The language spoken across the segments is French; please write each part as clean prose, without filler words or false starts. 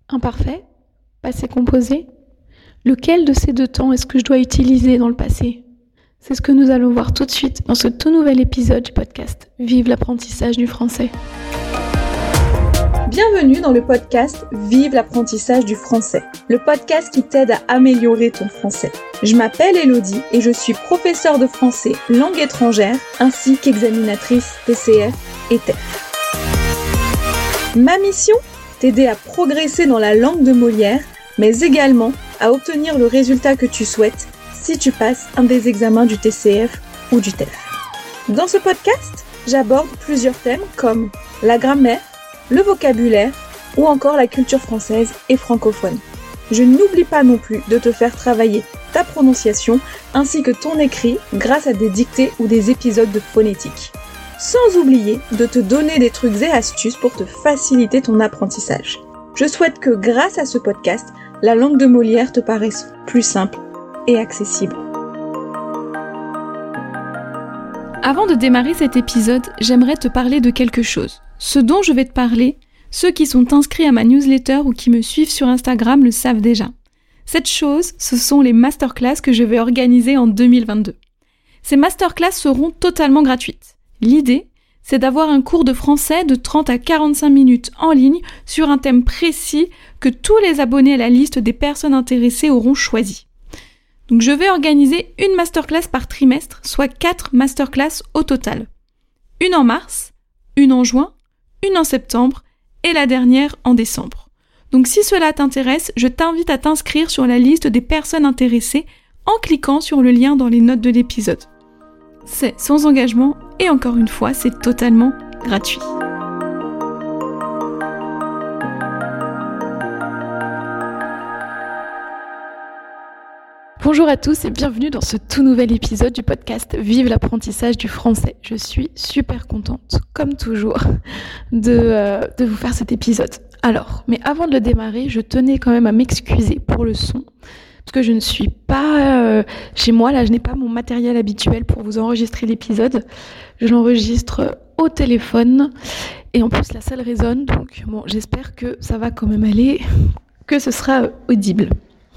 imparfait, passé composé. Lequel de ces deux temps est-ce que je dois utiliser dans le passé ? C'est ce que nous allons voir tout de suite dans ce tout nouvel épisode du podcast Vive l'apprentissage du français. Bienvenue dans le podcast Vive l'apprentissage du français, le podcast qui t'aide à améliorer ton français. Je m'appelle Elodie et je suis professeure de français langue étrangère ainsi qu'examinatrice TCF et TEF. Ma mission ? T'aider à progresser dans la langue de Molière, mais également à obtenir le résultat que tu souhaites si tu passes un des examens du TCF ou du TEF. Dans ce podcast, j'aborde plusieurs thèmes comme la grammaire, le vocabulaire ou encore la culture française et francophone. Je n'oublie pas non plus de te faire travailler ta prononciation ainsi que ton écrit grâce à des dictées ou des épisodes de phonétique. Sans oublier de te donner des trucs et astuces pour te faciliter ton apprentissage. Je souhaite que grâce à ce podcast, la langue de Molière te paraisse plus simple et accessible. Avant de démarrer cet épisode, j'aimerais te parler de quelque chose. Ce dont je vais te parler, ceux qui sont inscrits à ma newsletter ou qui me suivent sur Instagram le savent déjà. Cette chose, ce sont les masterclass que je vais organiser en 2022. Ces masterclass seront totalement gratuites. L'idée, c'est d'avoir un cours de français de 30 à 45 minutes en ligne sur un thème précis que tous les abonnés à la liste des personnes intéressées auront choisi. Donc je vais organiser une masterclass par trimestre, soit 4 masterclass au total. Une en mars, une en juin, une en septembre et la dernière en décembre. Donc si cela t'intéresse, je t'invite à t'inscrire sur la liste des personnes intéressées en cliquant sur le lien dans les notes de l'épisode. C'est sans engagement et encore une fois, c'est totalement gratuit. Bonjour à tous et bienvenue dans ce tout nouvel épisode du podcast Vive l'apprentissage du français. Je suis super contente, comme toujours, de vous faire cet épisode. Alors, mais avant de le démarrer, je tenais quand même à m'excuser pour le son, parce que je ne suis pas chez moi, là je n'ai pas mon matériel habituel pour vous enregistrer l'épisode. Je l'enregistre au téléphone et en plus la salle résonne, donc bon, j'espère que ça va quand même aller, que ce sera audible.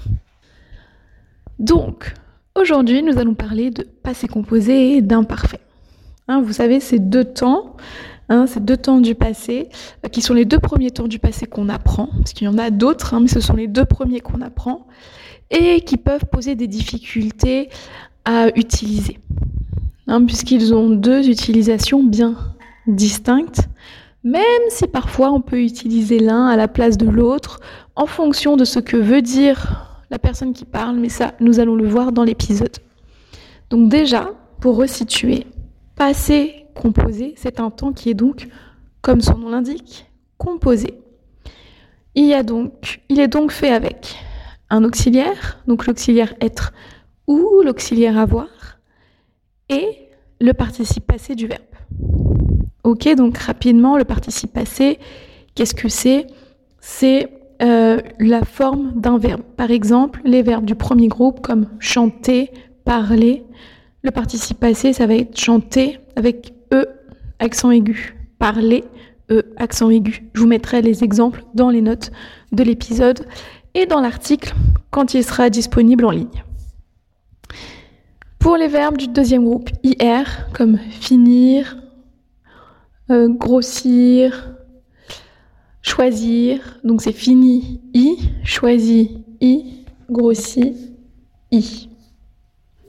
Donc, aujourd'hui, nous allons parler de passé composé et d'imparfait. Vous savez, ces deux temps du passé, qui sont les deux premiers temps du passé qu'on apprend, parce qu'il y en a d'autres, mais ce sont les deux premiers qu'on apprend, et qui peuvent poser des difficultés à utiliser, puisqu'ils ont deux utilisations bien distinctes, même si parfois on peut utiliser l'un à la place de l'autre, en fonction de ce que veut dire la personne qui parle, mais ça, nous allons le voir dans l'épisode. Donc déjà, pour resituer, passé composé, c'est un temps qui est donc, comme son nom l'indique, composé. Il est donc fait avec un auxiliaire, donc l'auxiliaire être ou l'auxiliaire avoir, et le participe passé du verbe. Ok, donc rapidement, le participe passé, qu'est-ce que c'est ? C'est la forme d'un verbe. Par exemple, les verbes du premier groupe comme chanter, parler. Le participe passé, ça va être chanter avec E, accent aigu. Parler, E, accent aigu. Je vous mettrai les exemples dans les notes de l'épisode et dans l'article quand il sera disponible en ligne. Pour les verbes du deuxième groupe, IR, comme finir, grossir, choisir, donc c'est fini, I, choisi, I, grossi, I. Ok ?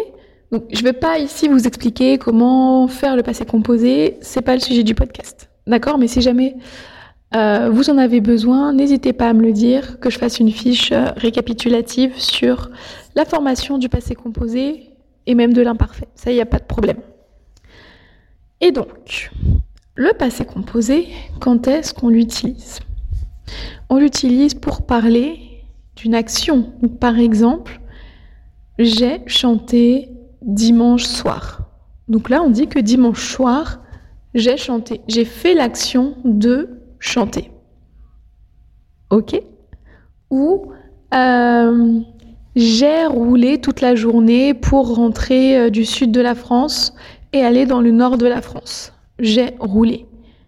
Donc je ne vais pas ici vous expliquer comment faire le passé composé, c'est pas le sujet du podcast. D'accord ? Mais si jamais vous en avez besoin, n'hésitez pas à me le dire, que je fasse une fiche récapitulative sur la formation du passé composé et même de l'imparfait. Ça, il n'y a pas de problème. Et donc, le passé composé, quand est-ce qu'on l'utilise ? On l'utilise pour parler d'une action. Donc, par exemple, j'ai chanté dimanche soir. Donc là, on dit que dimanche soir, j'ai chanté. J'ai fait l'action de chanter. Ok ? Ou j'ai roulé toute la journée pour rentrer du sud de la France et aller dans le nord de la France. J'ai roulé.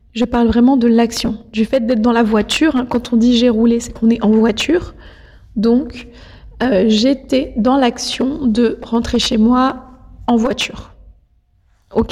Je parle vraiment de l'action, du fait d'être dans la voiture. Quand on dit j'ai roulé, c'est qu'on est en voiture. Donc, j'étais dans l'action de rentrer chez moi en voiture. Ok ?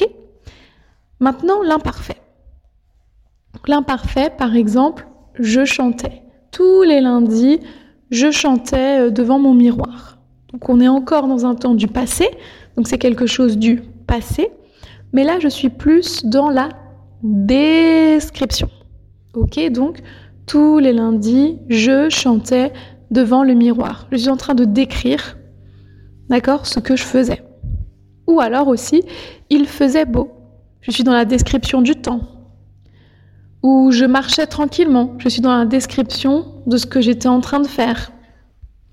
Maintenant, l'imparfait. L'imparfait, par exemple, je chantais. Tous les lundis, je chantais devant mon miroir. Donc, on est encore dans un temps du passé. Donc, c'est quelque chose du passé. Mais là, je suis plus dans la description. Ok, donc tous les lundis, je chantais devant le miroir. Je suis en train de décrire, d'accord, ce que je faisais. Ou alors aussi, il faisait beau. Je suis dans la description du temps. Ou je marchais tranquillement. Je suis dans la description de ce que j'étais en train de faire. Ok ?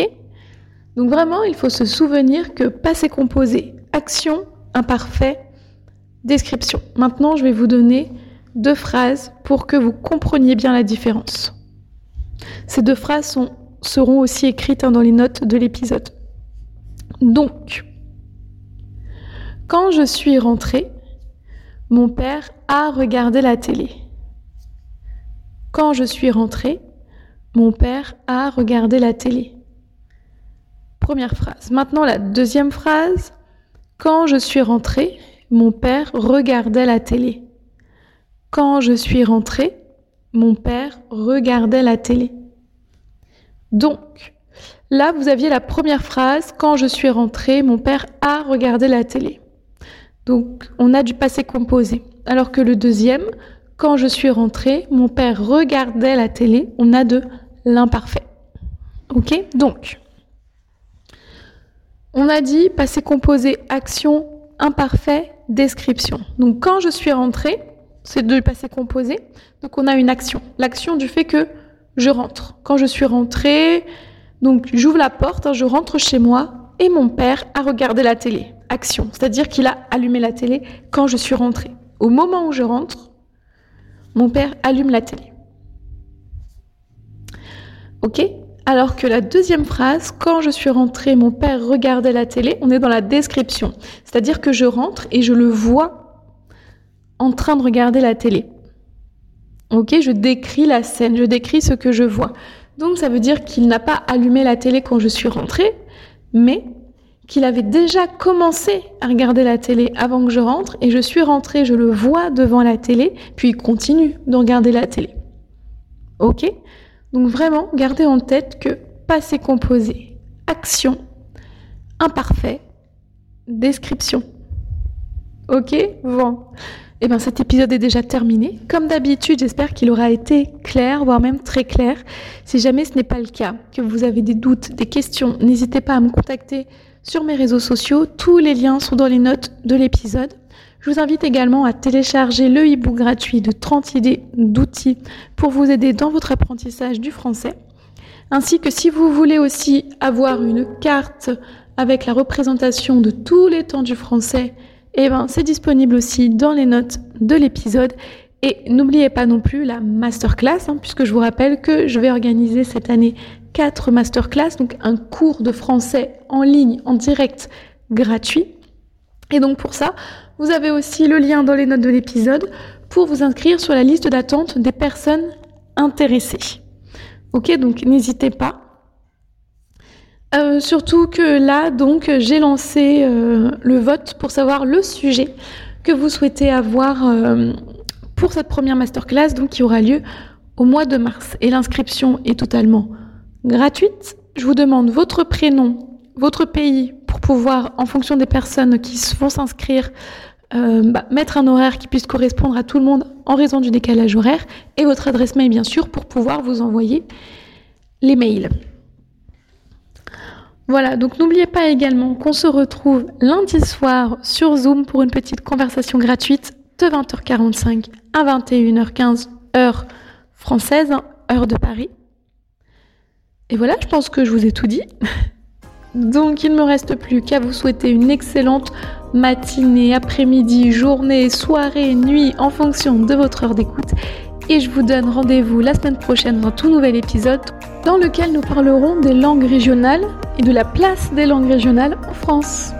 Donc vraiment, il faut se souvenir que passé composé, action, imparfait, description. Maintenant, je vais vous donner 2 phrases pour que vous compreniez bien la différence. Ces 2 phrases seront aussi écrites dans les notes de l'épisode. Donc, quand je suis rentrée, mon père a regardé la télé. Quand je suis rentrée, mon père a regardé la télé. Première phrase. Maintenant, la deuxième phrase. Quand je suis rentrée, mon père regardait la télé. Quand je suis rentrée, mon père regardait la télé. Donc, là, vous aviez la première phrase. Quand je suis rentrée, mon père a regardé la télé. Donc, on a du passé composé. Alors que le deuxième, quand je suis rentrée, mon père regardait la télé. On a de l'imparfait. Ok ? Donc, on a dit passé composé, action, imparfait, description. Donc, quand je suis rentrée, c'est du passé composé. Donc, on a une action. L'action du fait que je rentre. Quand je suis rentrée, donc j'ouvre la porte, je rentre chez moi et mon père a regardé la télé. Action, c'est-à-dire qu'il a allumé la télé quand je suis rentrée. Au moment où je rentre, mon père allume la télé. Ok ? Alors que la deuxième phrase, quand je suis rentrée, mon père regardait la télé, on est dans la description. C'est-à-dire que je rentre et je le vois en train de regarder la télé. Ok ? Je décris la scène, je décris ce que je vois. Donc ça veut dire qu'il n'a pas allumé la télé quand je suis rentrée, mais qu'il avait déjà commencé à regarder la télé avant que je rentre, et je suis rentrée, je le vois devant la télé, puis il continue de regarder la télé. Ok ? Donc vraiment, gardez en tête que passé composé, action, imparfait, description. Ok ? Bon. Eh bien, cet épisode est déjà terminé. Comme d'habitude, j'espère qu'il aura été clair, voire même très clair. Si jamais ce n'est pas le cas, que vous avez des doutes, des questions, n'hésitez pas à me contacter sur mes réseaux sociaux. Tous les liens sont dans les notes de l'épisode. Je vous invite également à télécharger le e-book gratuit de 30 idées d'outils pour vous aider dans votre apprentissage du français. Ainsi que si vous voulez aussi avoir une carte avec la représentation de tous les temps du français, eh ben, c'est disponible aussi dans les notes de l'épisode. Et n'oubliez pas non plus la masterclass, puisque je vous rappelle que je vais organiser cette année 4 masterclass, donc un cours de français en ligne, en direct, gratuit. Et donc pour ça, vous avez aussi le lien dans les notes de l'épisode pour vous inscrire sur la liste d'attente des personnes intéressées. Ok, donc n'hésitez pas. Surtout que là, donc, j'ai lancé le vote pour savoir le sujet que vous souhaitez avoir pour cette première masterclass, donc qui aura lieu au mois de mars. Et l'inscription est totalement gratuite. Je vous demande votre prénom, votre pays, pour pouvoir, en fonction des personnes qui vont s'inscrire, mettre un horaire qui puisse correspondre à tout le monde en raison du décalage horaire, et votre adresse mail, bien sûr, pour pouvoir vous envoyer les mails. Voilà, donc n'oubliez pas également qu'on se retrouve lundi soir sur Zoom pour une petite conversation gratuite de 20h45 à 21h15, heure française, heure de Paris. Et voilà, je pense que je vous ai tout dit. Donc il ne me reste plus qu'à vous souhaiter une excellente matinée, après-midi, journée, soirée, nuit, en fonction de votre heure d'écoute. Et je vous donne rendez-vous la semaine prochaine dans un tout nouvel épisode dans lequel nous parlerons des langues régionales et de la place des langues régionales en France.